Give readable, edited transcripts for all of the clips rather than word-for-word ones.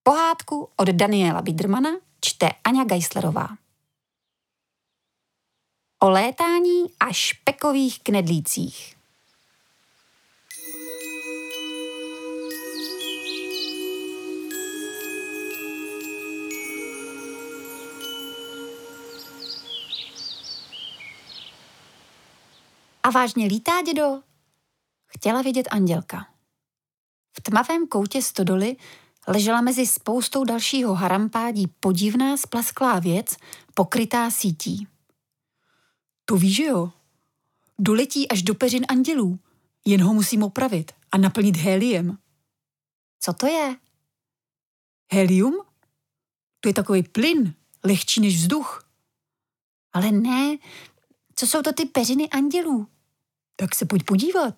Pohádku od Daniela Biedermana čte Aňa Geislerová. O létání a špekových knedlících. A vážně lítá, dědo? Chtěla vědět Andělka. V tmavém koutě stodoly ležela mezi spoustou dalšího harampádí podivná splasklá věc, pokrytá sítí. To víš, že jo? Doletí až do peřin andělů. Jen ho musím opravit a naplnit héliem. Co to je? Helium? To je takový plyn, lehčí než vzduch. Ale ne, co jsou to ty peřiny andělů? Tak se pojď podívat.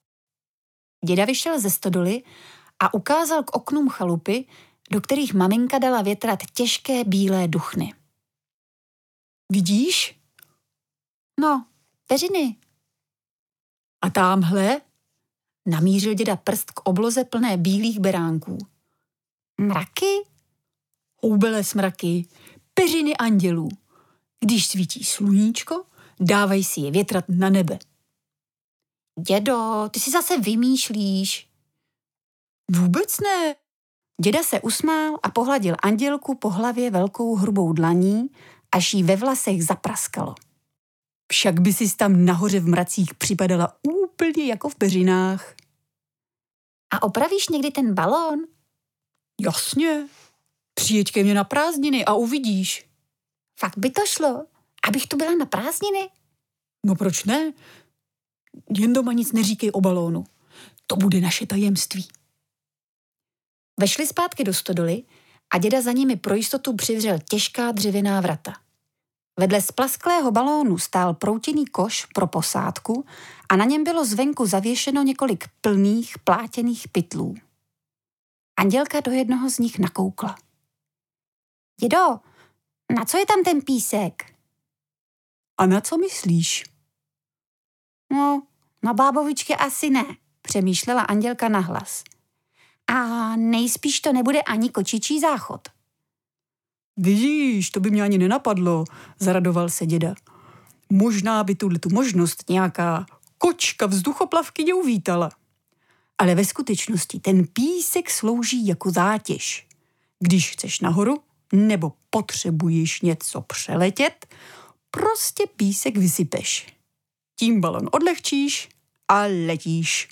Děda vyšel ze stodoly a ukázal k oknům chalupy, do kterých maminka dala větrat těžké bílé duchny. Vidíš? No, peřiny. A támhle? Namířil děda prst k obloze plné bílých beránků. Mraky? Houbelé smraky, peřiny andělů. Když svítí sluníčko, dávají si je větrat na nebe. Dědo, ty si zase vymýšlíš. Vůbec ne. Děda se usmál a pohladil Andělku po hlavě velkou hrubou dlaní, až jí ve vlasech zapraskalo. Však by si tam nahoře v mracích připadala úplně jako v peřinách. A opravíš někdy ten balón? Jasně. Přijeď ke mně na prázdniny a uvidíš. Fakt by to šlo, abych tu byla na prázdniny? No proč ne? Jen doma nic neříkej o balónu. To bude naše tajemství. Vešli zpátky do stodoly a děda za nimi pro jistotu přivřel těžká dřevěná vrata. Vedle splasklého balónu stál proutěný koš pro posádku a na něm bylo zvenku zavěšeno několik plných plátěných pytlů. Andělka do jednoho z nich nakoukla. Dědo, na co je tam ten písek? A na co myslíš? No, na bábovičky asi ne, přemýšlela Andělka nahlas. A nejspíš to nebude ani kočičí záchod. Vidíš, to by mě ani nenapadlo, zaradoval se děda. Možná by tuhletu možnost nějaká kočka vzduchoplavkyně uvítala. Ale ve skutečnosti ten písek slouží jako zátěž. Když chceš nahoru nebo potřebuješ něco přeletět, prostě písek vysypeš. Tím balon odlehčíš a letíš.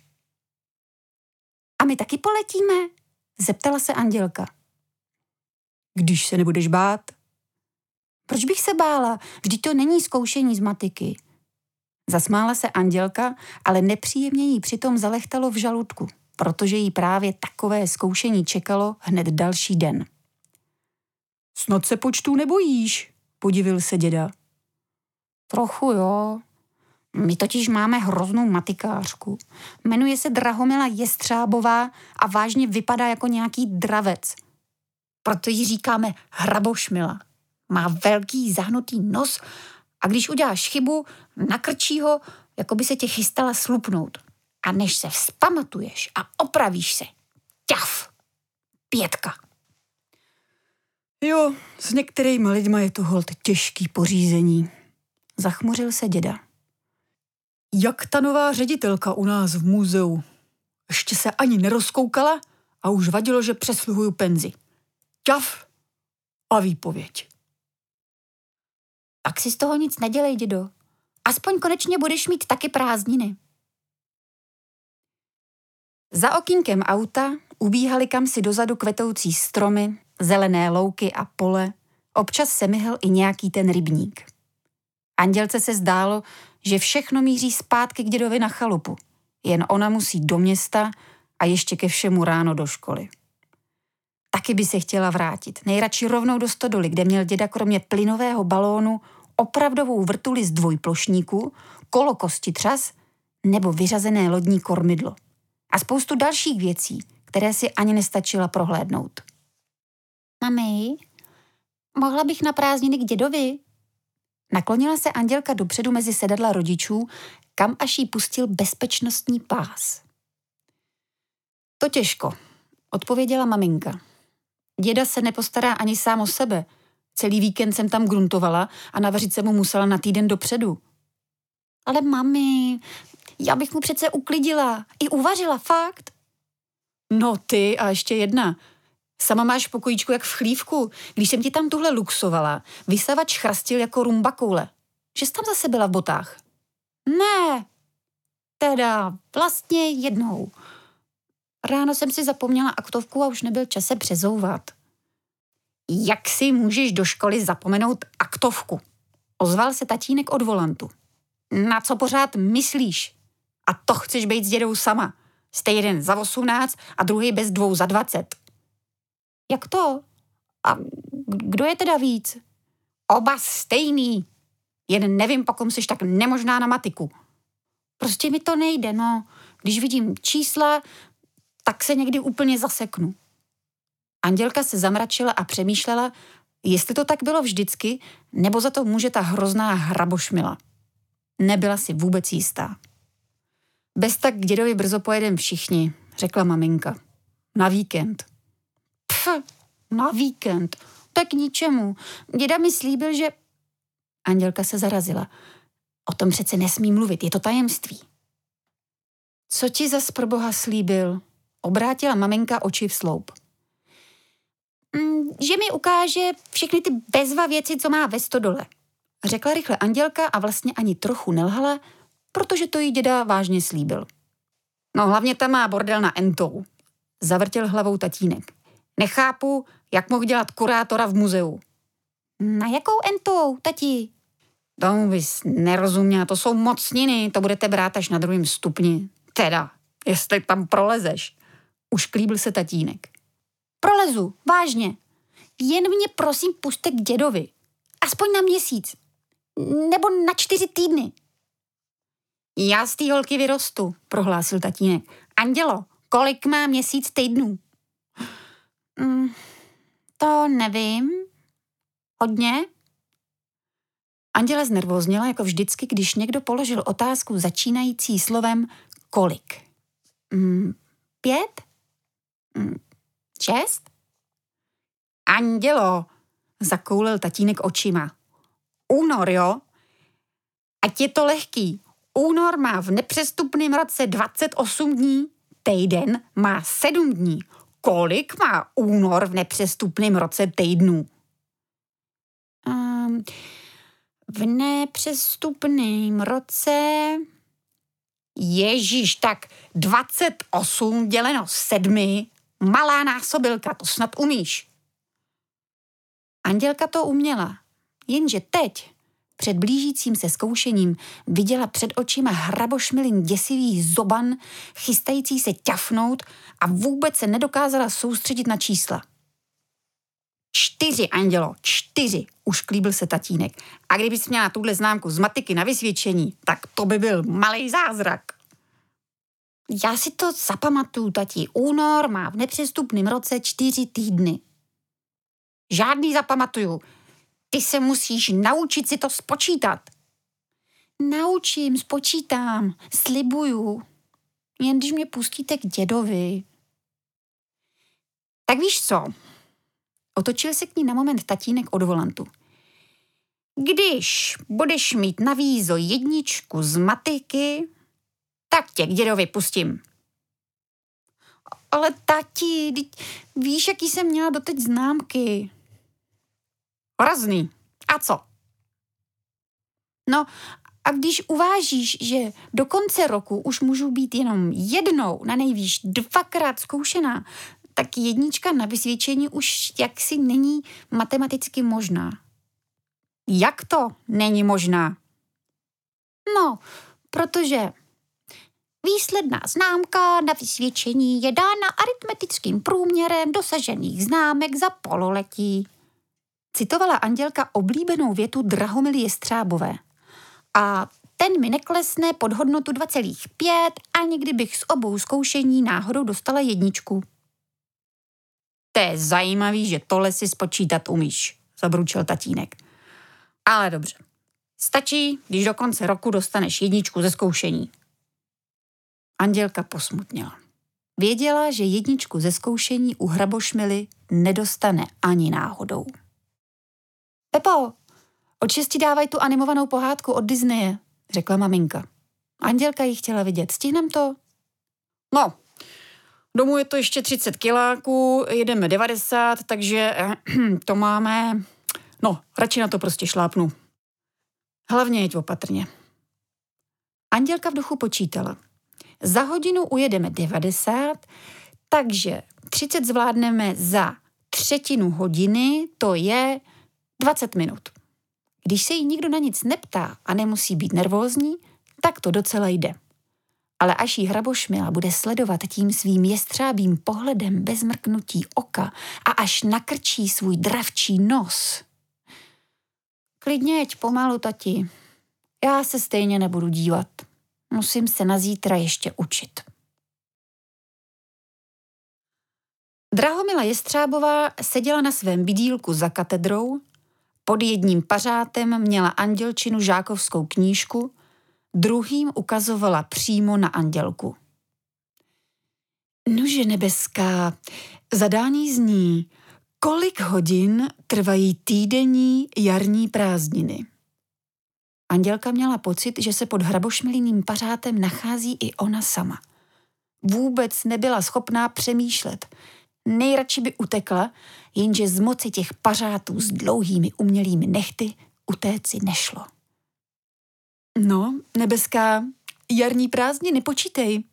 A my taky poletíme? Zeptala se Andělka. Když se nebudeš bát. Proč bych se bála? Vždyť to není zkoušení z matiky. Zasmála se Andělka, ale nepříjemně jí přitom zalechtalo v žaludku, protože jí právě takové zkoušení čekalo hned další den. Snad se počtů nebojíš, podivil se děda. Trochu jo. My totiž máme hroznou matikářku. Jmenuje se Drahomila Jestřábová a vážně vypadá jako nějaký dravec. Proto jí říkáme Hrabošmila. Má velký zahnutý nos a když uděláš chybu, nakrčí ho, jako by se tě chystala slupnout. A než se vzpamatuješ a opravíš se, ťaf, 5. Jo, s některýma lidma je to holt těžký pořízení. Zachmuřil se děda. Jak ta nová ředitelka u nás v muzeu. Ještě se ani nerozkoukala a už vadilo, že přesluhuju penzi. Ťaf a výpověď. Tak si z toho nic nedělej, dědo. Aspoň konečně budeš mít taky prázdniny. Za okýnkem auta ubíhaly kamsi dozadu kvetoucí stromy, zelené louky a pole, občas se myhl i nějaký ten rybník. Andělce se zdálo, že všechno míří zpátky k dědovi na chalupu. Jen ona musí do města a ještě ke všemu ráno do školy. Taky by se chtěla vrátit, nejradši rovnou do stodoly, kde měl děda kromě plynového balónu opravdovou vrtuli z dvojplošníku, kolo kostitřas nebo vyřazené lodní kormidlo. A spoustu dalších věcí, které si ani nestačila prohlédnout. Mami, mohla bych na prázdniny k dědovi? Naklonila se Andělka dopředu mezi sedadla rodičů, kam až jí pustil bezpečnostní pás. To těžko, odpověděla maminka. Děda se nepostará ani sám o sebe. Celý víkend jsem tam gruntovala a navařit se mu musela na týden dopředu. Ale mami, já bych mu přece uklidila. I uvařila, fakt. No ty a ještě jedna. Sama máš v pokojíčku jak v chlívku. Když jsem ti tam tuhle luxovala, vysavač chrastil jako rumba koule. Že jsi tam zase byla v botách? Ne. Teda vlastně jednou. Ráno jsem si zapomněla aktovku a už nebyl čas se přezouvat. Jak si můžeš do školy zapomenout aktovku? Ozval se tatínek od volantu. Na co pořád myslíš? A to chceš být s dědou sama. Jste jeden za 18 a druhý bez 2 za 20. Jak to? A kdo je teda víc? Oba stejný. Jen nevím, po kom jsi tak nemožná na matiku. Prostě mi to nejde, no. Když vidím čísla, tak se někdy úplně zaseknu. Andělka se zamračila a přemýšlela, jestli to tak bylo vždycky, nebo za to může ta hrozná hrabošmila. Nebyla si vůbec jistá. Bez tak k dědovi brzo pojedem všichni, řekla maminka. Na víkend. Na víkend. To je k ničemu. Děda mi slíbil, že... Andělka se zarazila. O tom přece nesmí mluvit, je to tajemství. Co ti zas pro boha slíbil? Obrátila maminka oči v sloup. Že mi ukáže všechny ty bezva věci, co má ve stodole. Řekla rychle Andělka a vlastně ani trochu nelhala, protože to jí děda vážně slíbil. No hlavně tam má bordel na entou. Zavrtěl hlavou tatínek. Nechápu, jak mohl dělat kurátora v muzeu. Na jakou entou, tati? Tomu bys nerozuměla, to jsou mocniny, to budete brát až na 2. stupni. Teda, jestli tam prolezeš. Ušklíbil se tatínek. Prolezu, vážně. Jen mě prosím pusťte k dědovi. Aspoň na měsíc. Nebo na 4 týdny. Já z té holky vyrostu, prohlásil tatínek. Andělo, kolik má měsíc týdnů? To nevím. Hodně? Anděla znervózněla jako vždycky, když někdo položil otázku začínající slovem kolik. 5? 6? Andělo, zakoulil tatínek očima. Únor, jo? Ať je to lehký. Únor má v nepřestupném roce 28 dní, týden má 7 dní. Kolik má únor v nepřestupném roce týdnů? V nepřestupném roce... Ježíš, tak 28 děleno 7, malá násobilka, to snad umíš. Andělka to uměla, jenže teď, před blížícím se zkoušením, viděla před očima hrabošmilin děsivý zoban, chystající se ťafnout a vůbec se nedokázala soustředit na čísla. 4, Andělo, 4, ušklíbil se tatínek. A kdybys měla tuhle známku z matiky na vysvědčení, tak to by byl malej zázrak. Já si to zapamatuju, tati. Únor má v nepřestupném roce 4 týdny. Žádný zapamatuju. Ty se musíš naučit si to spočítat. Naučím, spočítám, slibuju. Jen když mě pustíte k dědovi. Tak víš co? Otočil se k ní na moment tatínek od volantu. Když budeš mít na vízo 1 z matiky, tak tě k dědovi pustím. Ale tati, víš, jaký jsem měla doteď známky? Hrozný. A co? No, a když uvážíš, že do konce roku už můžu být jenom 1, na nejvýš 2krát zkoušená, tak 1 na vysvědčení už jaksi není matematicky možná. Jak to není možná? No, protože výsledná známka na vysvědčení je dána aritmetickým průměrem dosažených známek za pololetí. Citovala Andělka oblíbenou větu Drahomily Jestřábové. A ten mi neklesne pod hodnotu 2,5, ani kdybych z obou zkoušení náhodou dostala 1. To je zajímavý, že tohle si spočítat umíš, zabručil tatínek. Ale dobře. Stačí, když do konce roku dostaneš 1 ze zkoušení. Andělka posmutněla. Věděla, že jedničku ze zkoušení u Hrabošmily nedostane ani náhodou. Pepo, od 6 dávaj tu animovanou pohádku od Disneye, řekla maminka. Andělka ji chtěla vidět. Stihnem to? No, domů je to ještě 30 kiláků, jedeme 90, takže to máme... No, radši na to prostě šlápnu. Hlavně jeď opatrně. Andělka v duchu počítala. Za hodinu ujedeme 90, takže 30 zvládneme za 1/3 hodiny, to je 20 minut. Když se jí nikdo na nic neptá a nemusí být nervózní, tak to docela jde. Ale až jí Hrabošmila bude sledovat tím svým jestřábým pohledem bez mrknutí oka a až nakrčí svůj dravčí nos. Klidně jeď pomalu, tati. Já se stejně nebudu dívat. Musím se na zítra ještě učit. Drahomila Jestřábová seděla na svém bydýlku za katedrou, pod jedním pařátem měla Andělčinu žákovskou knížku, druhým ukazovala přímo na Andělku. Nože nebeská, zadání zní, kolik hodin trvají týdenní jarní prázdniny. Andělka měla pocit, že se pod Hrabošmilíným pařátem nachází i ona sama. Vůbec nebyla schopná přemýšlet. Nejradši by utekla, jenže z moci těch pařátů s dlouhými umělými nehty utéci nešlo. No, nebeská, jarní prázdniny, počítej.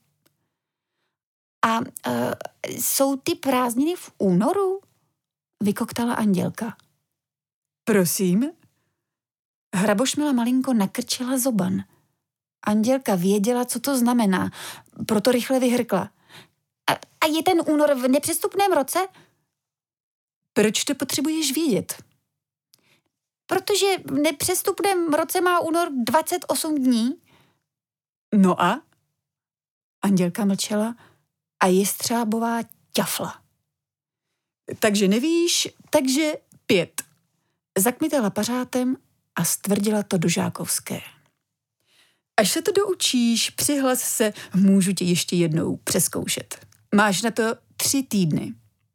A jsou ty prázdniny v únoru? Vykoktala Andělka. Prosím? Hrabošmila malinko nakrčila zoban. Andělka věděla, co to znamená, proto rychle vyhrkla. A je ten únor v nepřestupném roce? Proč to potřebuješ vědět? Protože v nepřestupném roce má únor 28 dní. No a? Andělka mlčela a Jestřábová ťafla. Takže nevíš, takže 5. Zakmitala pařátem a stvrdila to do žákovské. Až se to doučíš, přihlas se, můžu tě ještě jednou přezkoušet. Máš na to 3 týdny.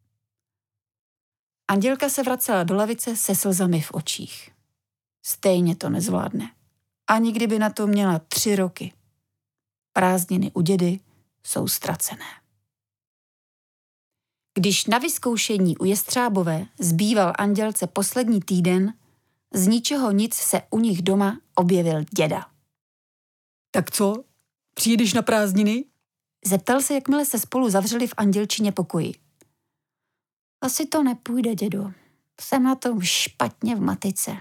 Andělka se vracela do lavice se slzami v očích. Stejně to nezvládne. Ani kdyby na to měla 3 roky. Prázdniny u dědy jsou ztracené. Když na vyzkoušení u Jestřábové zbýval Andělce poslední týden, z ničeho nic se u nich doma objevil děda. Tak co? Přijdeš na prázdniny? Zeptal se, jakmile se spolu zavřeli v Andělčině pokoji. Asi to nepůjde, dědo. Jsem na tom špatně v matice.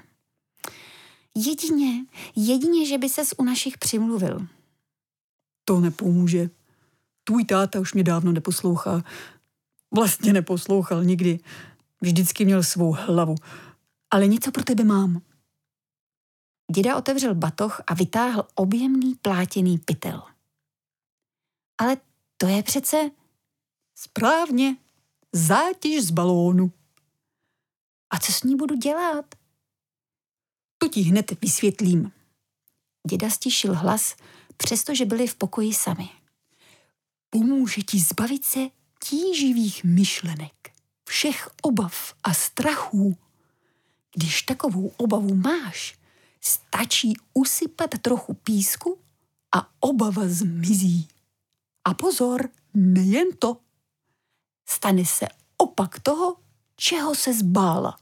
Jedině, že by ses u našich přimluvil. To nepomůže. Tvůj táta už mě dávno neposlouchá. Vlastně neposlouchal nikdy. Vždycky měl svou hlavu. Ale něco pro tebe mám. Děda otevřel batoh a vytáhl objemný plátěný pytel. Ale to je přece... Správně. Zátěž z balónu. A co s ní budu dělat? To ti hned vysvětlím. Děda stišil hlas, přestože byli v pokoji sami. Pomůže ti zbavit se tíživých myšlenek, všech obav a strachů. Když takovou obavu máš, stačí usypat trochu písku a obava zmizí. A pozor, nejen to. Stane se opak toho, čeho se zbála.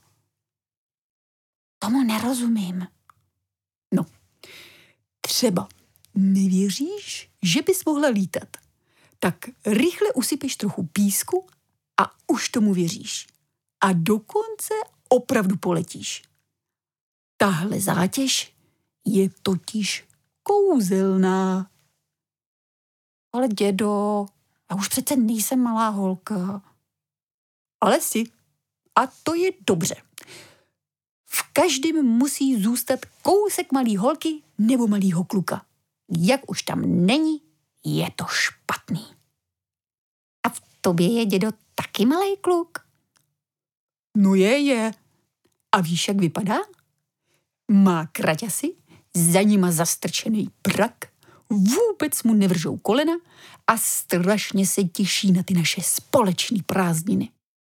Tomu nerozumím. No, třeba nevěříš, že bys mohla lítat. Tak rychle usypeš trochu písku a už tomu věříš. A dokonce opravdu poletíš. Tahle zátěž je totiž kouzelná. Ale dědo, já už přece nejsem malá holka. Ale jsi. A to je dobře. V každém musí zůstat kousek malý holky nebo malýho kluka. Jak už tam není, je to špatný. A v tobě je, dědo, taky malý kluk? No je. A víš, jak vypadá? Má kraťasy, za nima zastrčený prak, Vůbec mu nevržou kolena a strašně se těší na ty naše společné prázdniny.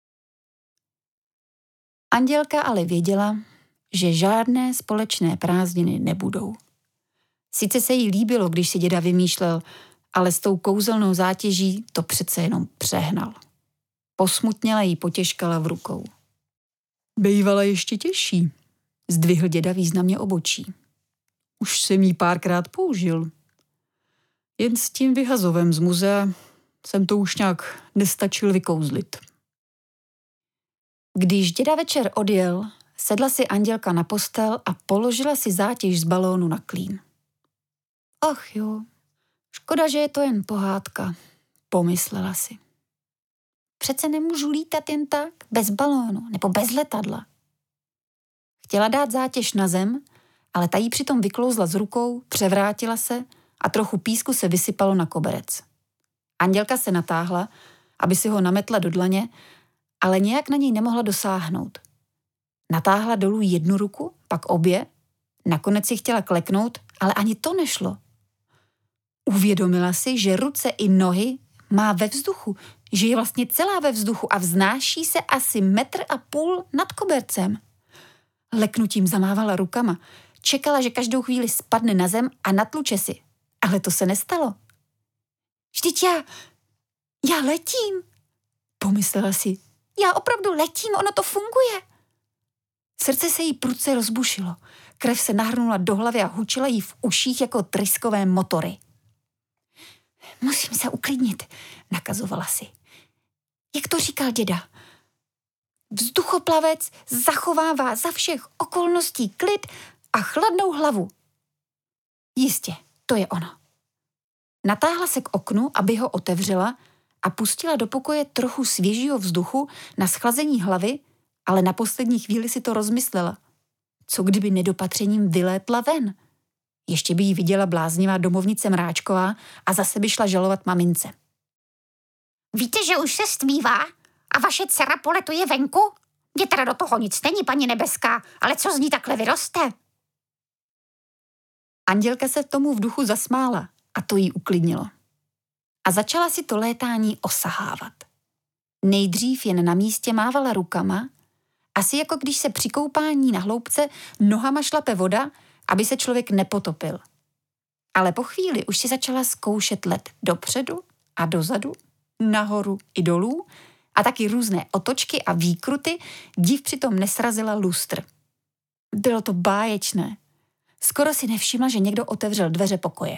Andělka ale věděla, že žádné společné prázdniny nebudou. Sice se jí líbilo, když si děda vymýšlel, ale s tou kouzelnou zátěží to přece jenom přehnal. Posmutněla jí potěžkala v rukou. Bejvala ještě těžší, zdvihl děda významně obočí. Už jsem jí párkrát použil. Jen s tím vyhazovem z muzea jsem to už nějak nestačil vykouzlit. Když děda večer odjel, sedla si Andělka na postel a položila si zátěž z balónu na klín. Ach jo, škoda, že je to jen pohádka, pomyslela si. Přece nemůžu lítat jen tak, bez balónu nebo bez letadla. Chtěla dát zátěž na zem, ale ta jí přitom vyklouzla z rukou, převrátila se a trochu písku se vysypalo na koberec. Andělka se natáhla, aby si ho nametla do dlaně, ale nějak na něj nemohla dosáhnout. Natáhla dolů jednu ruku, pak obě, nakonec si chtěla kleknout, ale ani to nešlo. Uvědomila si, že ruce i nohy má ve vzduchu, že je vlastně celá ve vzduchu a vznáší se asi 1,5 metru nad kobercem. Leknutím zamávala rukama, čekala, že každou chvíli spadne na zem a natluče si. Ale to se nestalo. Vždyť já letím, pomyslela si. Já opravdu letím, ono to funguje. Srdce se jí prudce rozbušilo. Krev se nahrnula do hlavy a hučela jí v uších jako tryskové motory. Musím se uklidnit, nakazovala si. Jak to říkal děda? Vzduchoplavec zachovává za všech okolností klid a chladnou hlavu. Jistě, to je ono. Natáhla se k oknu, aby ho otevřela a pustila do pokoje trochu svěžího vzduchu na schlazení hlavy, ale na poslední chvíli si to rozmyslela. Co kdyby nedopatřením vylétla ven? Ještě by jí viděla bláznivá domovnice Mráčková a zase by šla žalovat mamince. Víte, že už se stmívá a vaše dcera poletuje venku? Mně teda do toho nic není, paní nebeská, ale co z ní takhle vyroste? Andělka se tomu v duchu zasmála a to jí uklidnilo. A začala si to létání osahávat. Nejdřív jen na místě mávala rukama, asi jako když se při koupání na hloubce nohama šlape voda, aby se člověk nepotopil. Ale po chvíli už si začala zkoušet let dopředu a dozadu, nahoru i dolů a taky různé otočky a výkruty, div přitom nesrazila lustr. Bylo to báječné. Skoro si nevšimla, že někdo otevřel dveře pokoje.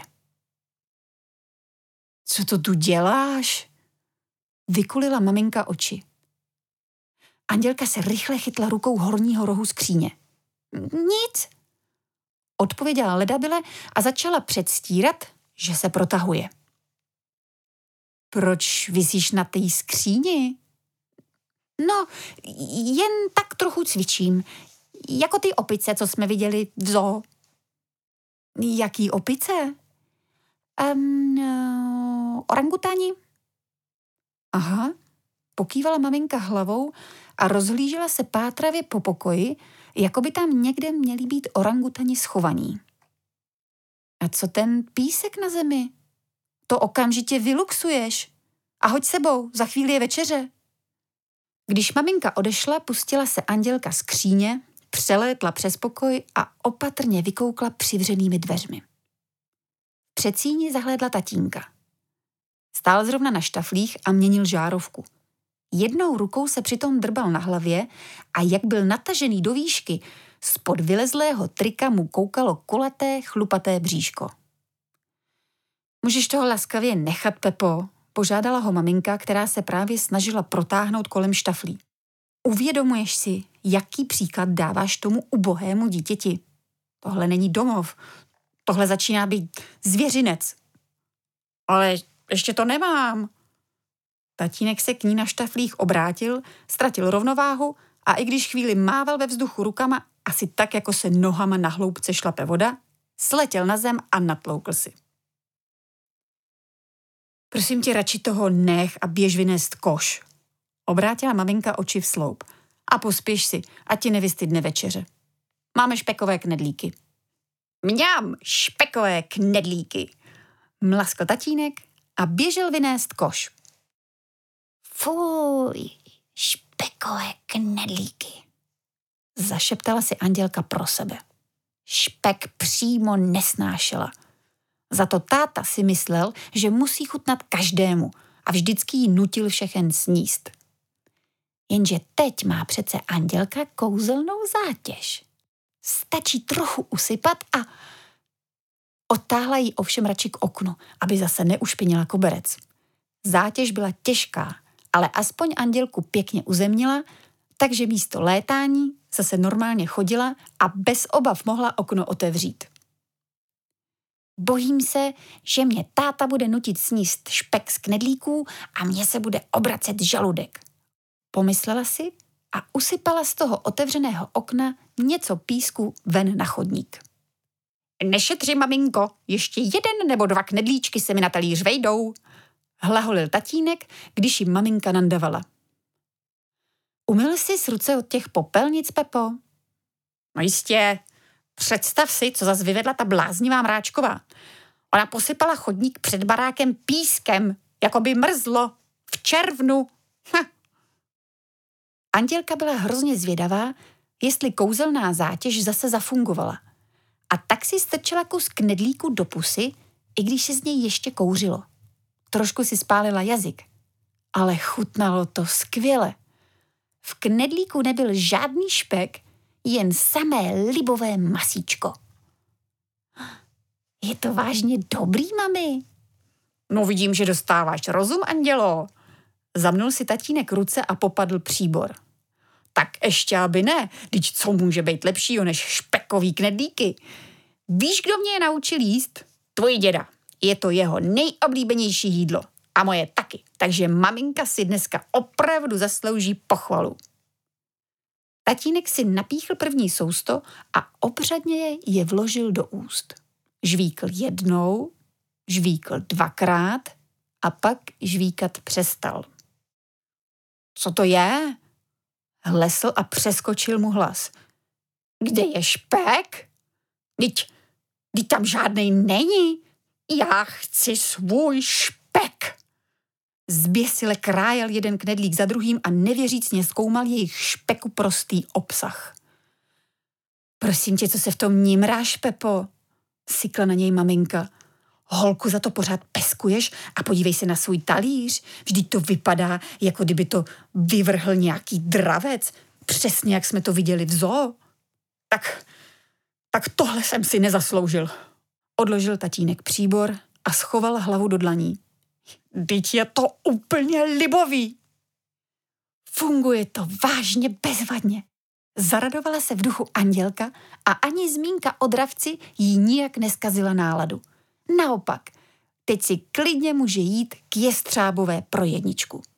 Co to tu děláš? Vykulila maminka oči. Andělka se rychle chytla rukou horního rohu skříně. Nic, odpověděla ledabyle a začala předstírat, že se protahuje. Proč visíš na té skříni? No, jen tak trochu cvičím. Jako ty opice, co jsme viděli v zoo. Jaký opice? Orangutáni? Aha, pokývala maminka hlavou a rozhlížela se pátravě po pokoji, jako by tam někde měli být orangutani schovaní. A co ten písek na zemi? To okamžitě vyluxuješ. A hoď sebou, za chvíli je večeře. Když maminka odešla, pustila se Andělka z skříně, přelétla přes pokoj a opatrně vykoukla přivřenými dveřmi. V předsíni zahlédla tatínka. Stál zrovna na štaflích a měnil žárovku. Jednou rukou se přitom drbal na hlavě a jak byl natažený do výšky, spod vylezlého trika mu koukalo kulaté, chlupaté bříško. Můžeš toho laskavě nechat, Pepo, požádala ho maminka, která se právě snažila protáhnout kolem štaflí. Uvědomuješ si, jaký příklad dáváš tomu ubohému dítěti? Tohle není domov, tohle začíná být zvěřinec. Ale ještě to nemám. Tatínek se k ní na štaflích obrátil, ztratil rovnováhu a i když chvíli mával ve vzduchu rukama, asi tak, jako se nohama na hloubce šlape voda, sletěl na zem a natloukl si. Prosím tě, radši toho nech a běž vynést koš. Obrátila maminka oči v sloup. A pospěš si, ať ti nevystydne večeře. Máme špekové knedlíky. Mňam, špekové knedlíky. Mlaskl tatínek a běžel vynést koš. Fuj, špekové knedlíky, zašeptala si Andělka pro sebe. Špek přímo nesnášela. Za to táta si myslel, že musí chutnat každému a vždycky jí nutil všechen sníst. Jenže teď má přece Andělka kouzelnou zátěž. Stačí trochu usypat a odtáhla jí ovšem radši k oknu, aby zase neušpinila koberec. Zátěž byla těžká, ale aspoň Andělku pěkně uzemnila, takže místo létání zase normálně chodila a bez obav mohla okno otevřít. Bojím se, že mě táta bude nutit sníst špek z knedlíků a mě se bude obracet žaludek. Pomyslela si a usypala z toho otevřeného okna něco písku ven na chodník. Nešetři, maminko, ještě 1 nebo 2 knedlíčky se mi na talíř vejdou, hlaholil tatínek, když jim maminka nandavala. Umyl jsi z ruce od těch popelnic, Pepo? No jistě, představ si, co zas vyvedla ta bláznivá Mráčková. Ona posypala chodník před barákem pískem, jako by mrzlo, v červnu. Andělka byla hrozně zvědavá, jestli kouzelná zátěž zase zafungovala. A tak si strčila kus knedlíku do pusy, i když se z něj ještě kouřilo. Trošku si spálila jazyk, ale chutnalo to skvěle. V knedlíku nebyl žádný špek, jen samé libové masíčko. Je to vážně dobrý, mami? No vidím, že dostáváš rozum, Andělo. Zamnul si tatínek ruce a popadl příbor. Tak ještě aby ne, vždyť co může být lepšího než špekový knedlíky? Víš, kdo mě je naučil jíst? Tvůj děda. Je to jeho nejoblíbenější jídlo. A moje taky. Takže maminka si dneska opravdu zaslouží pochvalu. Tatínek si napíchl první sousto a obřadně je vložil do úst. Žvíkl 1, žvíkl 2krát a pak žvíkat přestal. Co to je? Hlesl a přeskočil mu hlas. Kde je špek? Vždyť tam žádnej není. Já chci svůj špek. Zběsile krájel jeden knedlík za druhým a nevěřícně zkoumal jejich špeku prostý obsah. Prosím tě, co se v tom nímráš, Pepo? Sykla na něj maminka. Holku, za to pořád peskuješ a podívej se na svůj talíř. Vždyť to vypadá, jako kdyby to vyvrhl nějaký dravec. Přesně, jak jsme to viděli v zoo. Tak tohle jsem si nezasloužil. Odložil tatínek příbor a schoval hlavu do dlaní. Vždyť je to úplně libový. Funguje to vážně bezvadně. Zaradovala se v duchu Andělka a ani zmínka o dravci jí nijak neskazila náladu. Naopak, teď si klidně může jít k jestřábové pro 1.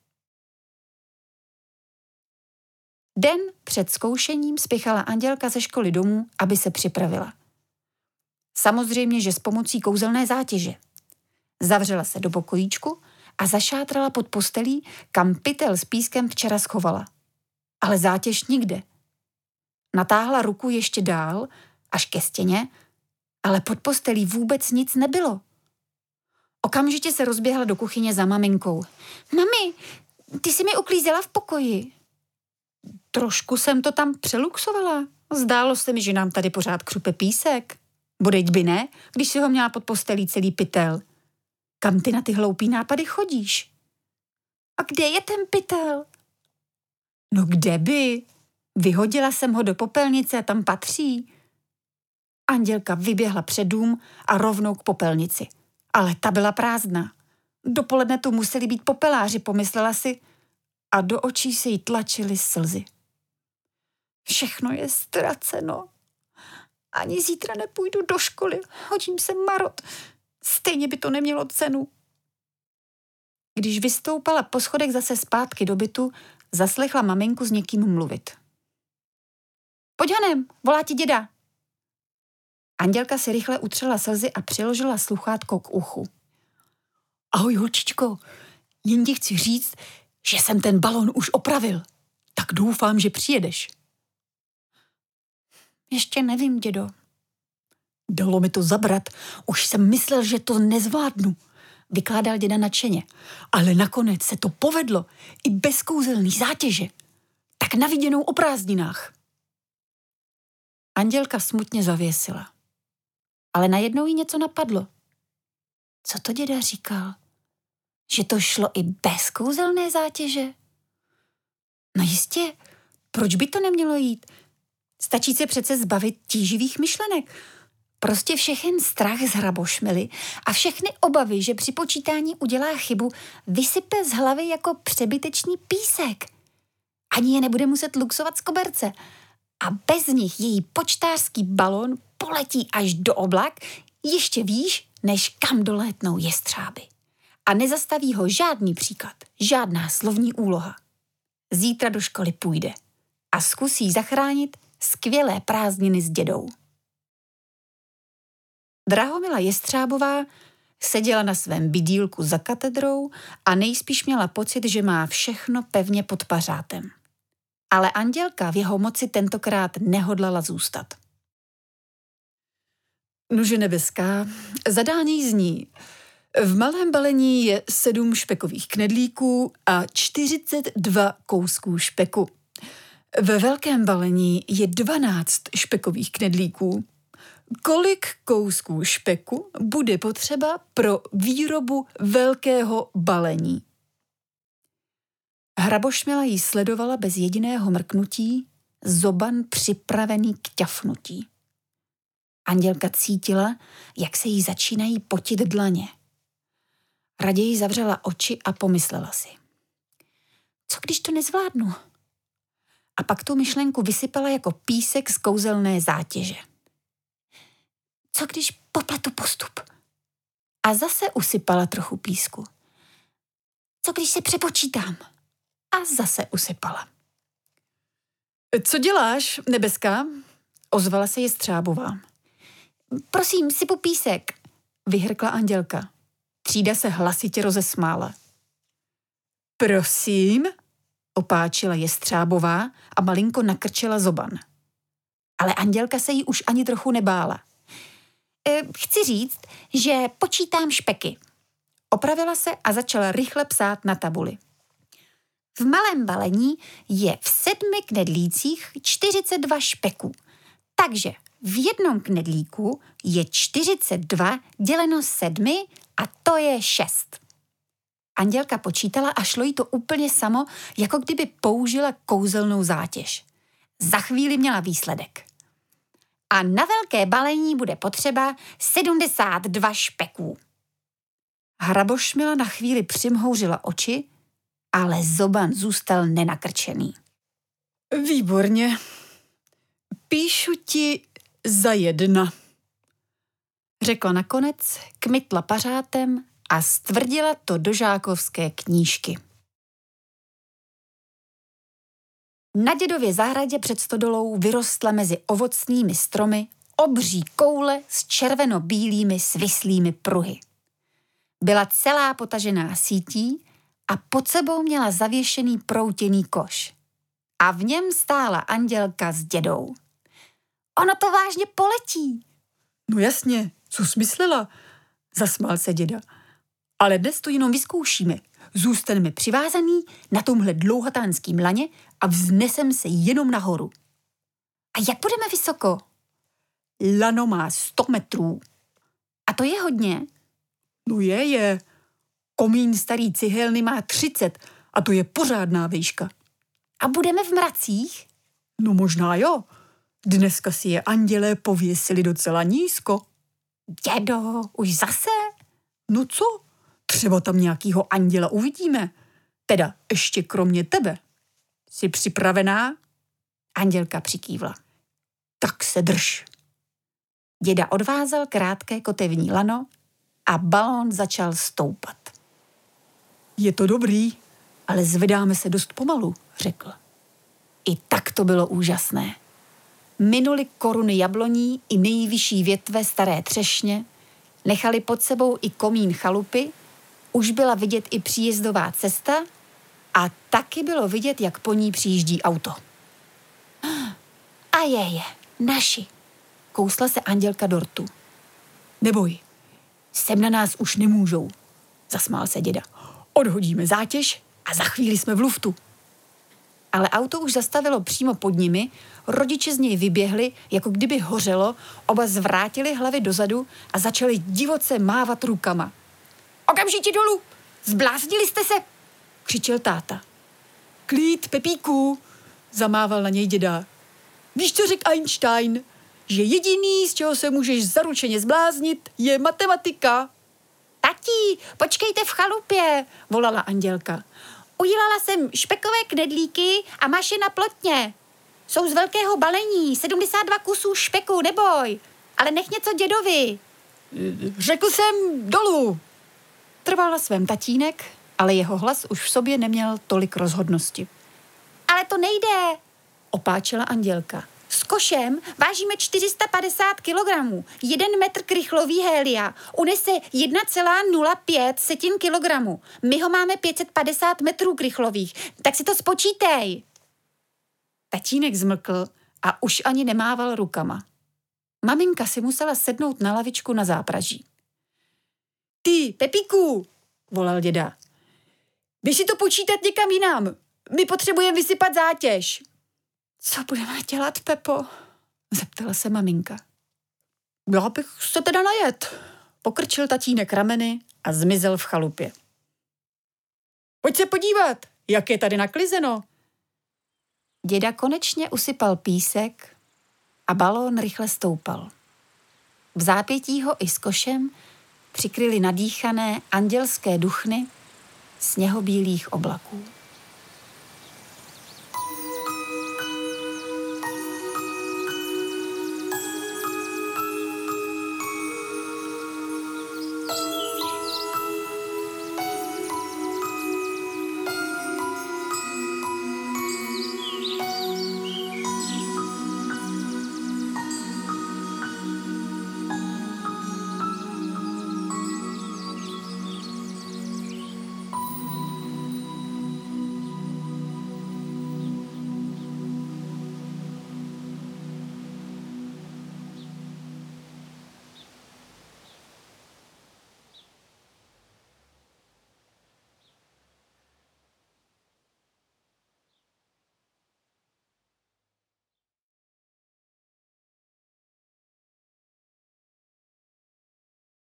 Den před zkoušením spěchala Andělka ze školy domů, aby se připravila. Samozřejmě, že s pomocí kouzelné zátěže. Zavřela se do pokojíčku a zašátrala pod postelí, kam pytel s pískem včera schovala. Ale zátěž nikde. Natáhla ruku ještě dál, až ke stěně, ale pod postelí vůbec nic nebylo. Okamžitě se rozběhla do kuchyně za maminkou. Mami, ty jsi mi uklízela v pokoji. Trošku jsem to tam přeluxovala. Zdálo se mi, že nám tady pořád křupe písek. Bodejť by ne, když si ho měla pod postelí celý pytel. Kam ty na ty hloupý nápady chodíš? A kde je ten pytel? No kde by? Vyhodila jsem ho do popelnice a tam patří. Andělka vyběhla před dům a rovnou k popelnici. Ale ta byla prázdná. Dopoledne tu museli být popeláři, pomyslela si, a do očí se jí tlačily slzy. Všechno je ztraceno. Ani zítra nepůjdu do školy, hodím se marot. Stejně by to nemělo cenu. Když vystoupala po schodech zase zpátky do bytu, zaslechla maminku s někým mluvit. Pojď honem, volá ti děda. Andělka si rychle utřela slzy a přiložila sluchátko k uchu. Ahoj, holčičko, jen ti chci říct, že jsem ten balón už opravil. Tak doufám, že přijedeš. Ještě nevím, dědo. Dalo mi to zabrat, už jsem myslel, že to nezvládnu, vykládal děda nadšeně. Ale nakonec se to povedlo i bez kouzelný zátěže. Tak na viděnou o prázdninách. Andělka smutně zavěsila. Ale najednou jí něco napadlo. Co to děda říkal? Že to šlo i bez kouzelné zátěže? No jistě, proč by to nemělo jít? Stačí se přece zbavit tíživých myšlenek. Prostě všechen strach z hrabošmily a všechny obavy, že při počítání udělá chybu, vysype z hlavy jako přebytečný písek. Ani je nebude muset luxovat z koberce. A bez nich její počtářský balon poletí až do oblak, ještě výš, než kam dolétnou jestřáby. A nezastaví ho žádný příklad, žádná slovní úloha. Zítra do školy půjde a zkusí zachránit skvělé prázdniny s dědou. Drahomila Jestřábová seděla na svém bydýlku za katedrou a nejspíš měla pocit, že má všechno pevně pod pařátem. Ale Andělka v jeho moci tentokrát nehodlala zůstat. Nuže nebeská, zadání zní: v malém balení je 7 špekových knedlíků a 42 kousků špeku. Ve velkém balení je 12 špekových knedlíků. Kolik kousků špeku bude potřeba pro výrobu velkého balení? Hrabošmila jí sledovala bez jediného mrknutí, zoban připravený k ťafnutí. Andělka cítila, jak se jí začínají potit dlaně. Raději zavřela oči a pomyslela si: co když to nezvládnu? A pak tu myšlenku vysypala jako písek z kouzelné zátěže. Co když popletu postup? A zase usypala trochu písku. Co když se přepočítám? A zase usypala. Co děláš, nebeská? Ozvala se Jestřábová. Prosím, sypu písek, vyhrkla Andělka. Třída se hlasitě rozesmála. Prosím, opáčila Jestřábová a malinko nakrčela zoban. Ale Andělka se jí už ani trochu nebála. Chci říct, že počítám špeky. Opravila se a začala rychle psát na tabuli. V malém balení je v 7 knedlících 42 špeků. Takže v jednom knedlíku je 42 děleno 7 a to je 6. Andělka počítala a šlo jí to úplně samo, jako kdyby použila kouzelnou zátěž. Za chvíli měla výsledek. A na velké balení bude potřeba 72 špeků. Hrabošmila na chvíli přimhouřila oči, ale zoban zůstal nenakrčený. Výborně. Píšu ti za 1, řekla nakonec, kmitla pařátem a stvrdila to do žákovské knížky. Na dědově zahradě před stodolou vyrostla mezi ovocnými stromy obří koule s červeno-bílými svislými pruhy. Byla celá potažená sítí a pod sebou měla zavěšený proutěný koš. A v něm stála Andělka s dědou. Ono to vážně poletí. No jasně, co jsi myslela? Zasmál se děda. Ale dnes to jenom vyzkoušíme. Zůstaneme přivázaný na tomhle dlouhatánským laně a vznesem se jenom nahoru. A jak budeme vysoko? Lano má 100 metrů. A to je hodně? No je. Komín starý cihelny má 30 a to je pořádná výška. A budeme v mracích? No možná jo. Dneska si je andělé pověsili docela nízko. Dědo, už zase? No co? Třeba tam nějakýho anděla uvidíme. Teda ještě kromě tebe. Jsi připravená? Andělka přikývla. Tak se drž. Děda odvázal krátké kotevní lano a balón začal stoupat. Je to dobrý, ale zvedáme se dost pomalu, řekl. I tak to bylo úžasné. Minuli koruny jabloní i nejvyšší větve staré třešně, nechali pod sebou i komín chalupy, už byla vidět i příjezdová cesta a taky bylo vidět, jak po ní přijíždí auto. A naši, kousla se Andělka do rtu. Neboj, sem na nás už nemůžou, zasmál se děda. Odhodíme zátěž a za chvíli jsme v luftu. Ale auto už zastavilo přímo pod nimi, rodiče z něj vyběhli, jako kdyby hořelo, oba zvrátili hlavy dozadu a začali divoce mávat rukama. Okamžitě dolů! Zbláznili jste se! Křičel táta. Klid, Pepíku, zamával na něj děda. Víš, co řekl Einstein? Že jediný, z čeho se můžeš zaručeně zbláznit, je matematika. Tati, počkejte v chalupě, volala Andělka. Udělala jsem špekové knedlíky a máš je na plotně. Jsou z velkého balení, 72 kusů špeku, neboj. Ale nech něco dědovi. Řekl jsem dolů. Trval na svém tatínek, ale jeho hlas už v sobě neměl tolik rozhodnosti. Ale to nejde, opáčela Andělka. S košem vážíme 450 kilogramů, 1 metr krychlový hélia unese 1,05 setin kilogramu. My ho máme 550 metrů krychlových, tak si to spočítej. Tatínek zmlkl a už ani nemával rukama. Maminka si musela sednout na lavičku na zápraží. Ty, Pepíku, volal děda. Běž si to počítat někam jinam. My potřebujeme vysypat zátěž. Co budeme dělat, Pepo? Zeptala se maminka. Já bych se teda najet. Pokrčil tatínek rameny a zmizel v chalupě. Pojď se podívat, jak je tady naklizeno. Děda konečně usypal písek a balón rychle stoupal. V zápětí ho i s košem přikryly nadýchané andělské duchny sněhobílých oblaků.